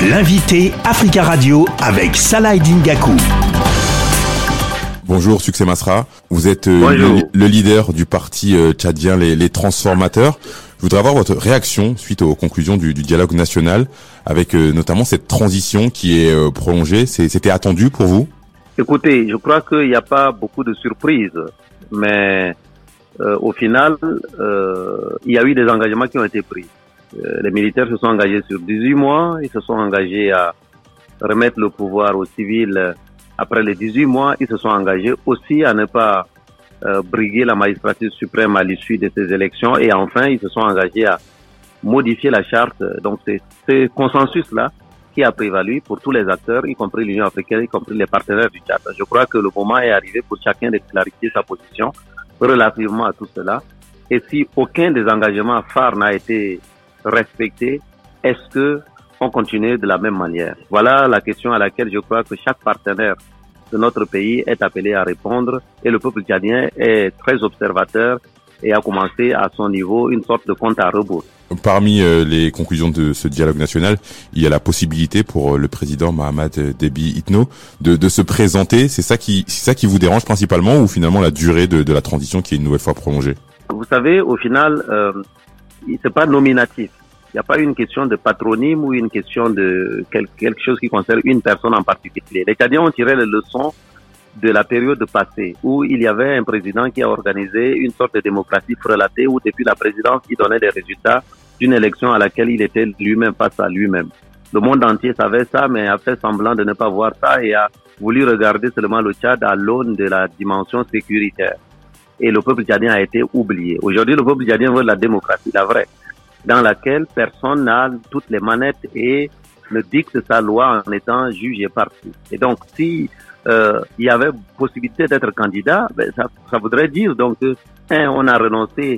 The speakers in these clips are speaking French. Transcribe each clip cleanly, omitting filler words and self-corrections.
L'invité Africa Radio avec Salah Eddine Gakou. Bonjour Succès Masra, vous êtes le leader du parti tchadien les Transformateurs. Je voudrais avoir votre réaction suite aux conclusions du dialogue national avec notamment cette transition qui est prolongée. C'était attendu pour vous? Écoutez, je crois qu'il n'y a pas beaucoup de surprises, mais au final, il y a eu des engagements qui ont été pris. Les militaires se sont engagés sur 18 mois, ils se sont engagés à remettre le pouvoir aux civils après les 18 mois, ils se sont engagés aussi à ne pas briguer la magistrature suprême à l'issue de ces élections et enfin, ils se sont engagés à modifier la charte. Donc c'est ce consensus-là qui a prévalu pour tous les acteurs, y compris l'Union africaine, y compris les partenaires du Tchad. Je crois que le moment est arrivé pour chacun de clarifier sa position relativement à tout cela. Et si aucun des engagements phares n'a été respecté, est-ce que on continue de la même manière? Voilà la question à laquelle je crois que chaque partenaire de notre pays est appelé à répondre et le peuple tchadien est très observateur et a commencé à son niveau une sorte de compte à rebours. Parmi les conclusions de ce dialogue national, il y a la possibilité pour le président Mahamat Déby Itno de se présenter. C'est ça qui vous dérange principalement ou finalement la durée de la transition qui est une nouvelle fois prolongée? Vous savez, au final, c'est pas nominatif. Il n'y a pas une question de patronyme ou une question de quelque chose qui concerne une personne en particulier. Les Tchadiens ont tiré les leçons de la période passée où il y avait un président qui a organisé une sorte de démocratie frelatée où depuis la présidence, il donnait des résultats d'une élection à laquelle il était lui-même face à lui-même. Le monde entier savait ça, mais a fait semblant de ne pas voir ça et a voulu regarder seulement le Tchad à l'aune de la dimension sécuritaire. Et le peuple tchadien a été oublié. Aujourd'hui, le peuple tchadien veut la démocratie, la vraie, dans laquelle personne n'a toutes les manettes et ne dicte sa loi en étant jugé parti. Et donc, si il y avait possibilité d'être candidat, ça voudrait dire donc on a renoncé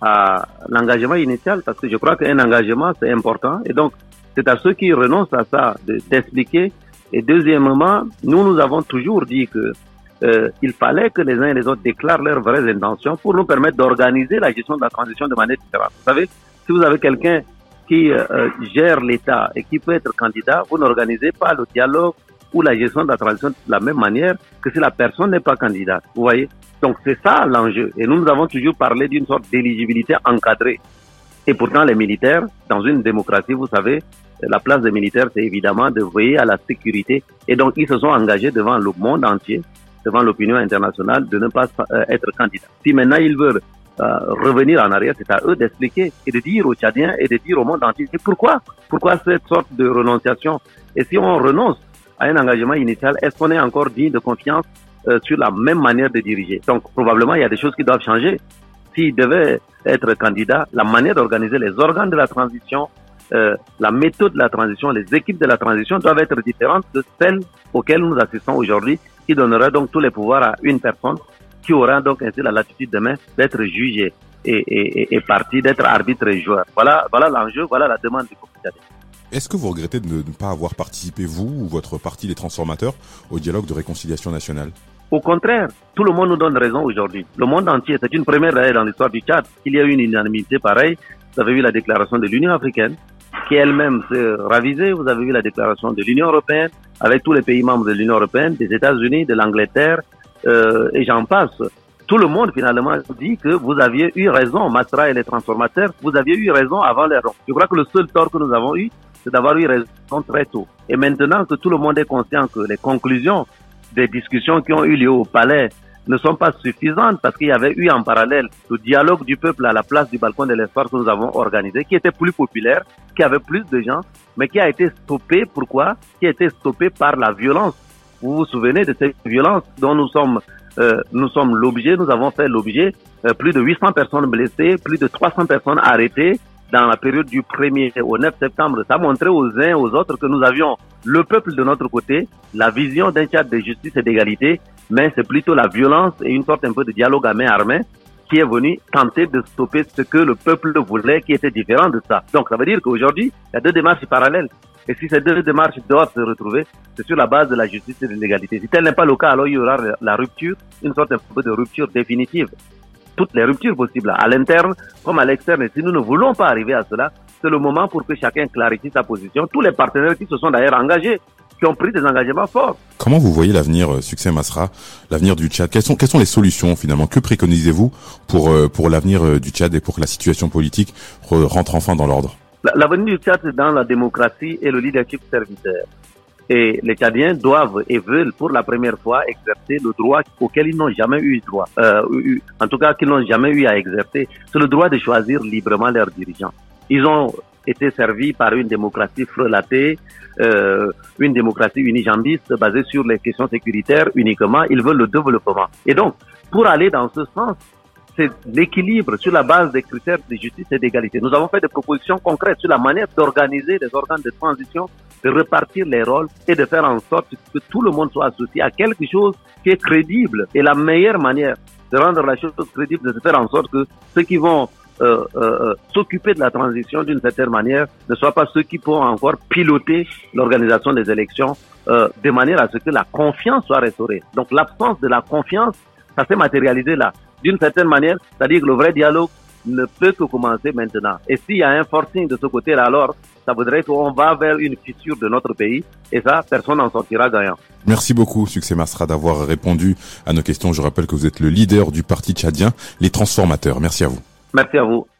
à l'engagement initial parce que je crois qu'un engagement c'est important et donc c'est à ceux qui renoncent à ça d'expliquer. Et deuxièmement, nous avons toujours dit que il fallait que les uns et les autres déclarent leurs vraies intentions pour nous permettre d'organiser la gestion de la transition de manière différente. Vous savez, si vous avez quelqu'un qui gère l'État et qui peut être candidat, vous n'organisez pas le dialogue ou la gestion de la transition de la même manière que si la personne n'est pas candidate. Vous voyez? Donc c'est ça l'enjeu. Et nous avons toujours parlé d'une sorte d'éligibilité encadrée. Et pourtant les militaires, dans une démocratie, vous savez, la place des militaires, c'est évidemment de veiller à la sécurité. Et donc ils se sont engagés devant le monde entier, devant l'opinion internationale, de ne pas être candidats. Si maintenant ils veulent revenir en arrière, c'est à eux d'expliquer et de dire aux Tchadiens et de dire au monde entier pourquoi cette sorte de renonciation. Et si on renonce à un engagement initial, est-ce qu'on est encore digne de confiance sur la même manière de diriger? Donc probablement il y a des choses qui doivent changer. S'il devait être candidat, la manière d'organiser les organes de la transition, la méthode de la transition, les équipes de la transition doivent être différentes de celles auxquelles nous assistons aujourd'hui, qui donnerait donc tous les pouvoirs à une personne qui aura donc ainsi la latitude demain d'être jugé et parti, d'être arbitre et joueur. Voilà l'enjeu, voilà la demande du peuple tchadien. Est-ce que vous regrettez de ne pas avoir participé, vous ou votre parti les Transformateurs, au dialogue de réconciliation nationale? Au contraire, tout le monde nous donne raison aujourd'hui. Le monde entier, c'est une première dans l'histoire du Tchad. Il y a eu une unanimité pareille. Vous avez vu la déclaration de l'Union africaine, qui elle-même s'est ravisée. Vous avez vu la déclaration de l'Union européenne, avec tous les pays membres de l'Union européenne, des États-Unis, de l'Angleterre, et j'en passe. Tout le monde finalement dit que vous aviez eu raison, Masra et les Transformateurs, vous aviez eu raison avant l'erreur. Je crois que le seul tort que nous avons eu, c'est d'avoir eu raison très tôt. Et maintenant que tout le monde est conscient que les conclusions des discussions qui ont eu lieu au palais ne sont pas suffisantes parce qu'il y avait eu en parallèle le dialogue du peuple à la place du balcon de l'espoir que nous avons organisé, qui était plus populaire, qui avait plus de gens, mais qui a été stoppé. Pourquoi? Qui a été stoppé par la violence. Vous vous souvenez de cette violence dont nous sommes l'objet, nous avons fait l'objet, plus de 800 personnes blessées, plus de 300 personnes arrêtées dans la période du 1er au 9 septembre. Ça montrait aux uns et aux autres que nous avions le peuple de notre côté, la vision d'un Tchad de justice et d'égalité, mais c'est plutôt la violence et une sorte un peu de dialogue à main armée qui est venu tenter de stopper ce que le peuple voulait, qui était différent de ça. Donc ça veut dire qu'aujourd'hui, il y a deux démarches parallèles. Et si ces deux démarches doivent se retrouver, c'est sur la base de la justice et de l'égalité. Si tel n'est pas le cas, alors il y aura la rupture, une sorte un peu de rupture définitive. Toutes les ruptures possibles, à l'interne comme à l'externe. Et si nous ne voulons pas arriver à cela, c'est le moment pour que chacun clarifie sa position. Tous les partenaires qui se sont d'ailleurs engagés, qui ont pris des engagements forts. Comment vous voyez l'avenir, Succès Masra, l'avenir du Tchad? Quelles sont les solutions finalement? Que préconisez-vous pour l'avenir du Tchad et pour que la situation politique rentre enfin dans l'ordre? L'avenir du Tchad, c'est dans la démocratie et le leadership serviteur. Et les Tchadiens doivent et veulent pour la première fois exercer le droit auquel ils n'ont jamais eu droit, en tout cas qu'ils n'ont jamais eu à exercer, c'est le droit de choisir librement leurs dirigeants. Ils ont été servis par une démocratie frelatée, une démocratie unijambiste basée sur les questions sécuritaires uniquement. Ils veulent le développement. Et donc, pour aller dans ce sens, c'est l'équilibre sur la base des critères de justice et d'égalité. Nous avons fait des propositions concrètes sur la manière d'organiser les organes de transition, de repartir les rôles et de faire en sorte que tout le monde soit associé à quelque chose qui est crédible. Et la meilleure manière de rendre la chose crédible, c'est de faire en sorte que ceux qui vont s'occuper de la transition d'une certaine manière ne soient pas ceux qui vont encore piloter l'organisation des élections de manière à ce que la confiance soit restaurée. Donc l'absence de la confiance, ça s'est matérialisé là. D'une certaine manière, c'est-à-dire que le vrai dialogue ne peut que commencer maintenant. Et s'il y a un forcing de ce côté-là, alors, ça voudrait qu'on va vers une fissure de notre pays. Et ça, personne n'en sortira gagnant. Merci beaucoup, Succès Masra, d'avoir répondu à nos questions. Je rappelle que vous êtes le leader du parti tchadien, les Transformateurs. Merci à vous. Merci à vous.